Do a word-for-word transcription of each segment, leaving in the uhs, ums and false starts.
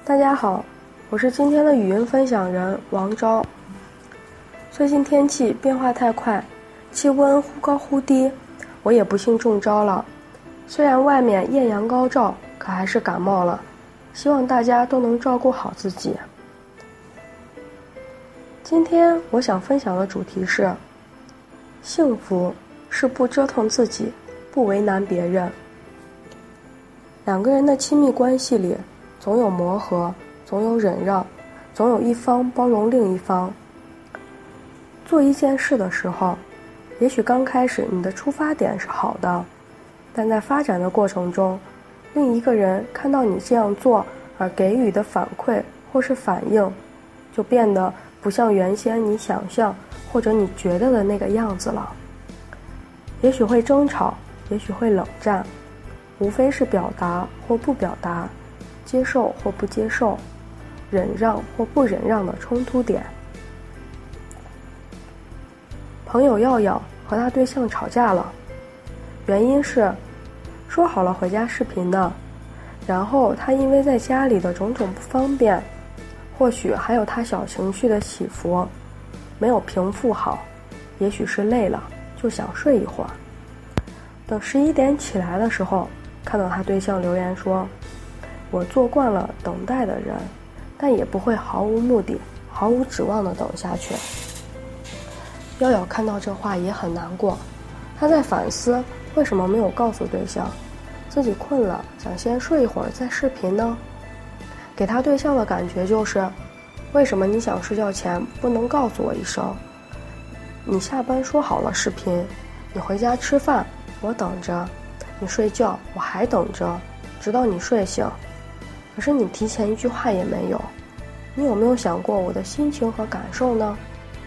大家好，我是今天的语音分享人王昭。最近天气变化太快，气温忽高忽低，我也不幸中招了。虽然外面艳阳高照，可还是感冒了。希望大家都能照顾好自己。今天我想分享的主题是：幸福是不折腾自己，不为难别人。两个人的亲密关系里，总有磨合，总有忍让，总有一方包容另一方。做一件事的时候，也许刚开始你的出发点是好的，但在发展的过程中，另一个人看到你这样做而给予的反馈或是反应，就变得不像原先你想象或者你觉得的那个样子了。也许会争吵，也许会冷战，无非是表达或不表达，接受或不接受，忍让或不忍让的冲突点。朋友耀耀和他对象吵架了，原因是说好了回家视频的，然后他因为在家里的种种不方便，或许还有他小情绪的起伏，没有平复好，也许是累了，就想睡一会儿。等十一点起来的时候，看到他对象留言说：我做惯了等待的人，但也不会毫无目的毫无指望地等下去。耀耀看到这话也很难过，他在反思为什么没有告诉对象自己困了，想先睡一会儿再视频呢？给他对象的感觉就是，为什么你想睡觉前不能告诉我一声？你下班说好了视频，你回家吃饭我等着，你睡觉我还等着，直到你睡醒。可是你提前一句话也没有，你有没有想过我的心情和感受呢？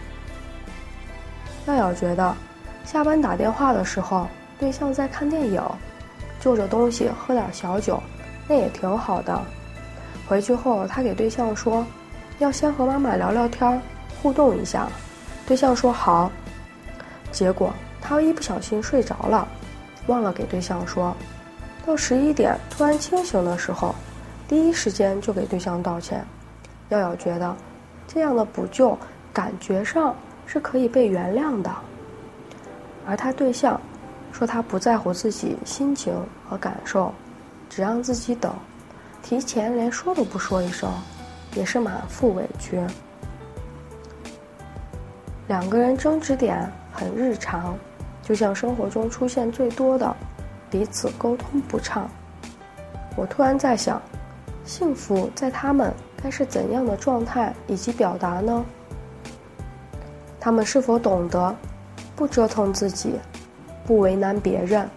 耀耀觉得下班打电话的时候，对象在看电影，就着东西喝点小酒，那也挺好的。回去后他给对象说要先和妈妈聊聊天，互动一下。对象说好，结果他一不小心睡着了，忘了给对象说。到十一点突然清醒的时候，第一时间就给对象道歉。耀耀觉得这样的补救感觉上是可以被原谅的。而他对象说他不在乎自己心情和感受，只让自己等，提前连说都不说一声，也是满腹委屈。两个人争执点很日常，就像生活中出现最多的彼此沟通不畅。我突然在想，幸福在他们该是怎样的状态以及表达呢？他们是否懂得不折腾自己，不为难别人？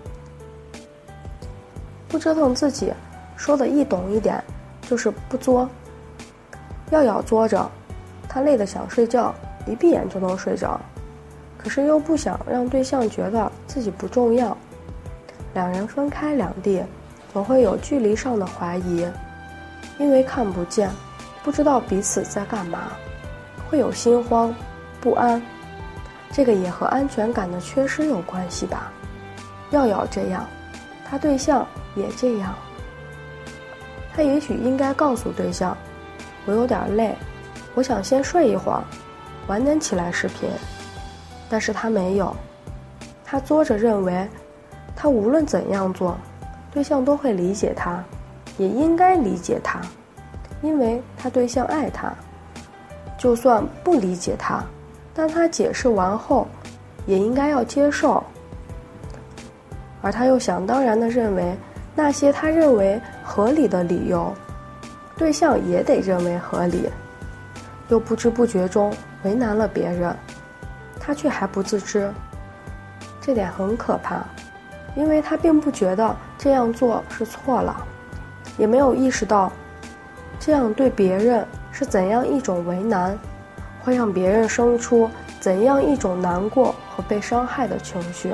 不折腾自己说的易懂一点，就是不作。耀耀作着，他累得想睡觉，一闭眼就能睡着，可是又不想让对象觉得自己不重要。两人分开两地，总会有距离上的怀疑，因为看不见，不知道彼此在干嘛，会有心慌不安，这个也和安全感的缺失有关系吧。耀耀这样，他对象也这样。他也许应该告诉对象，我有点累，我想先睡一会儿，晚点起来视频。但是他没有，他作着认为他无论怎样做，对象都会理解他，也应该理解他，因为他对象爱他。就算不理解他，但他解释完后也应该要接受。而他又想当然地认为那些他认为合理的理由，对象也得认为合理，又不知不觉中为难了别人，他却还不自知。这点很可怕，因为他并不觉得这样做是错了，也没有意识到这样对别人是怎样一种为难，会让别人生出怎样一种难过和被伤害的情绪。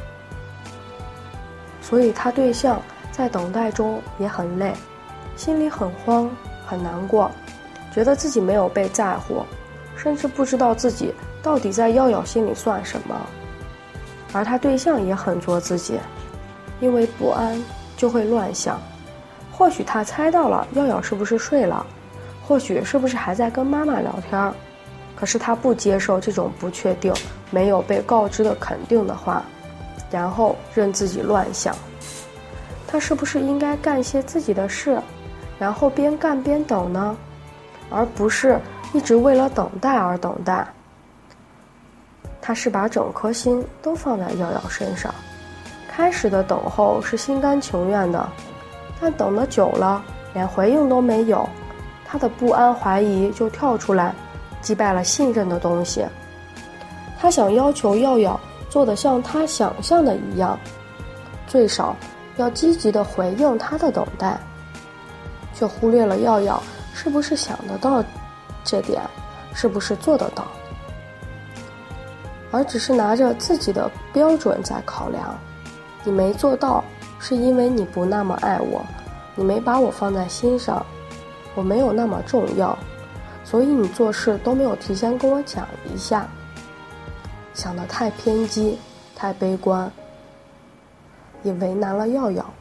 所以他对象在等待中也很累，心里很慌很难过，觉得自己没有被在乎，甚至不知道自己到底在耀耀心里算什么。而他对象也很做自己，因为不安就会乱想， 或许他猜到了耀耀是不是睡了，或许是不是还在跟妈妈聊天，可是他不接受这种不确定、没有被告知的肯定的话，然后任自己乱想。他是不是应该干些自己的事，然后边干边等呢？而不是一直为了等待而等待。他是把整颗心都放在耀耀身上，开始的等候是心甘情愿的，但等得久了，连回应都没有，他的不安怀疑就跳出来，击败了信任的东西。他想要求耀耀做得像他想象的一样，最少要积极地回应他的等待，却忽略了耀耀是不是想得到这点，是不是做得到，而只是拿着自己的标准在考量。你没做到，是因为你不那么爱我，你没把我放在心上，我没有那么重要，所以你做事都没有提前跟我讲一下。想得太偏激，太悲观，也为难了耀耀。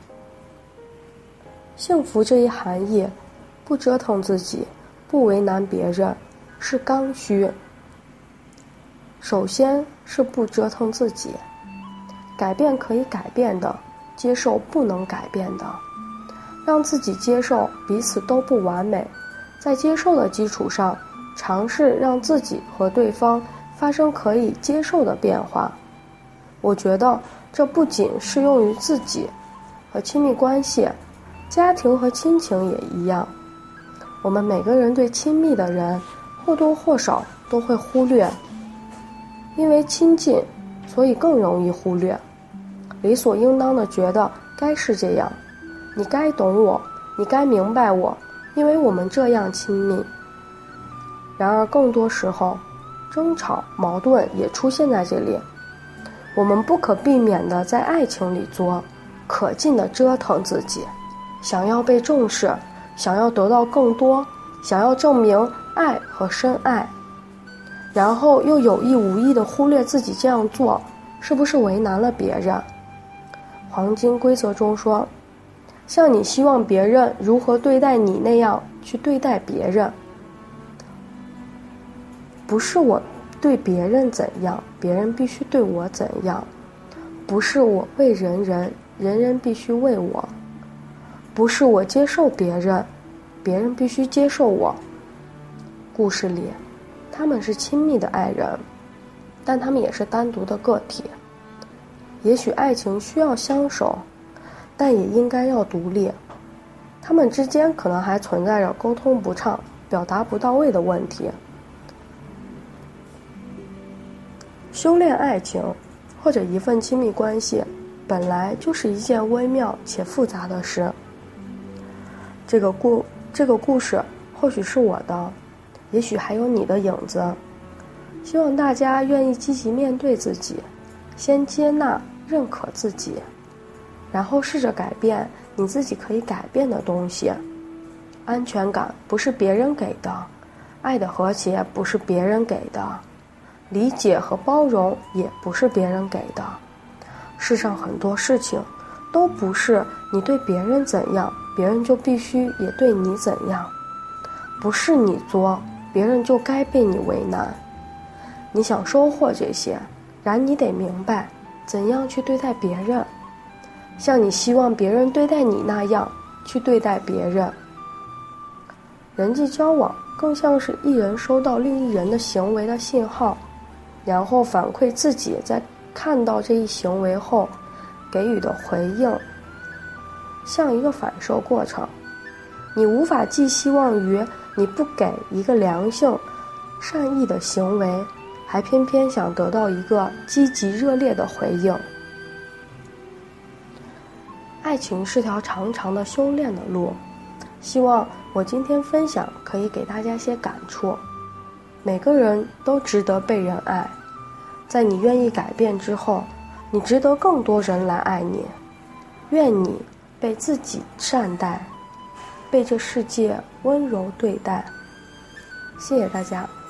幸福这一含义，不折腾自己，不为难别人，是刚需。首先是不折腾自己，改变可以改变的，接受不能改变的，让自己接受彼此都不完美，在接受的基础上，尝试让自己和对方发生可以接受的变化。我觉得这不仅适用于自己和亲密关系，家庭和亲情也一样。我们每个人对亲密的人或多或少都会忽略，因为亲近，所以更容易忽略，理所应当的觉得该是这样，你该懂我，你该明白我，因为我们这样亲密。然而更多时候，争吵矛盾也出现在这里。我们不可避免地在爱情里作，可劲地折腾自己，想要被重视，想要得到更多，想要证明爱和深爱，然后又有意无意地忽略自己这样做是不是为难了别人。黄金规则中说，像你希望别人如何对待你那样去对待别人，不是我对别人怎样，别人必须对我怎样，不是我为人人，人人必须为我，不是我接受别人，别人必须接受我。故事里他们是亲密的爱人，但他们也是单独的个体。也许爱情需要相守，但也应该要独立。他们之间可能还存在着沟通不畅、表达不到位的问题。修炼爱情或者一份亲密关系本来就是一件微妙且复杂的事。这个故这个故事或许是我的，也许还有你的影子。希望大家愿意积极面对自己，先接纳认可自己，然后试着改变你自己可以改变的东西。安全感不是别人给的，爱的和谐不是别人给的，理解和包容也不是别人给的。世上很多事情都不是你对别人怎样，别人就必须也对你怎样，不是你作，别人就该被你为难。你想收获这些，然你得明白怎样去对待别人，像你希望别人对待你那样去对待别人。人际交往更像是一人收到另一人的行为的信号，然后反馈自己在看到这一行为后给予的回应，像一个反射过程。你无法寄希望于你不给一个良性善意的行为，还偏偏想得到一个积极热烈的回应。爱情是条长长的修炼的路，希望我今天分享可以给大家些感触。每个人都值得被人爱，在你愿意改变之后，你值得更多人来爱你。愿你被自己善待，被这世界温柔对待。谢谢大家。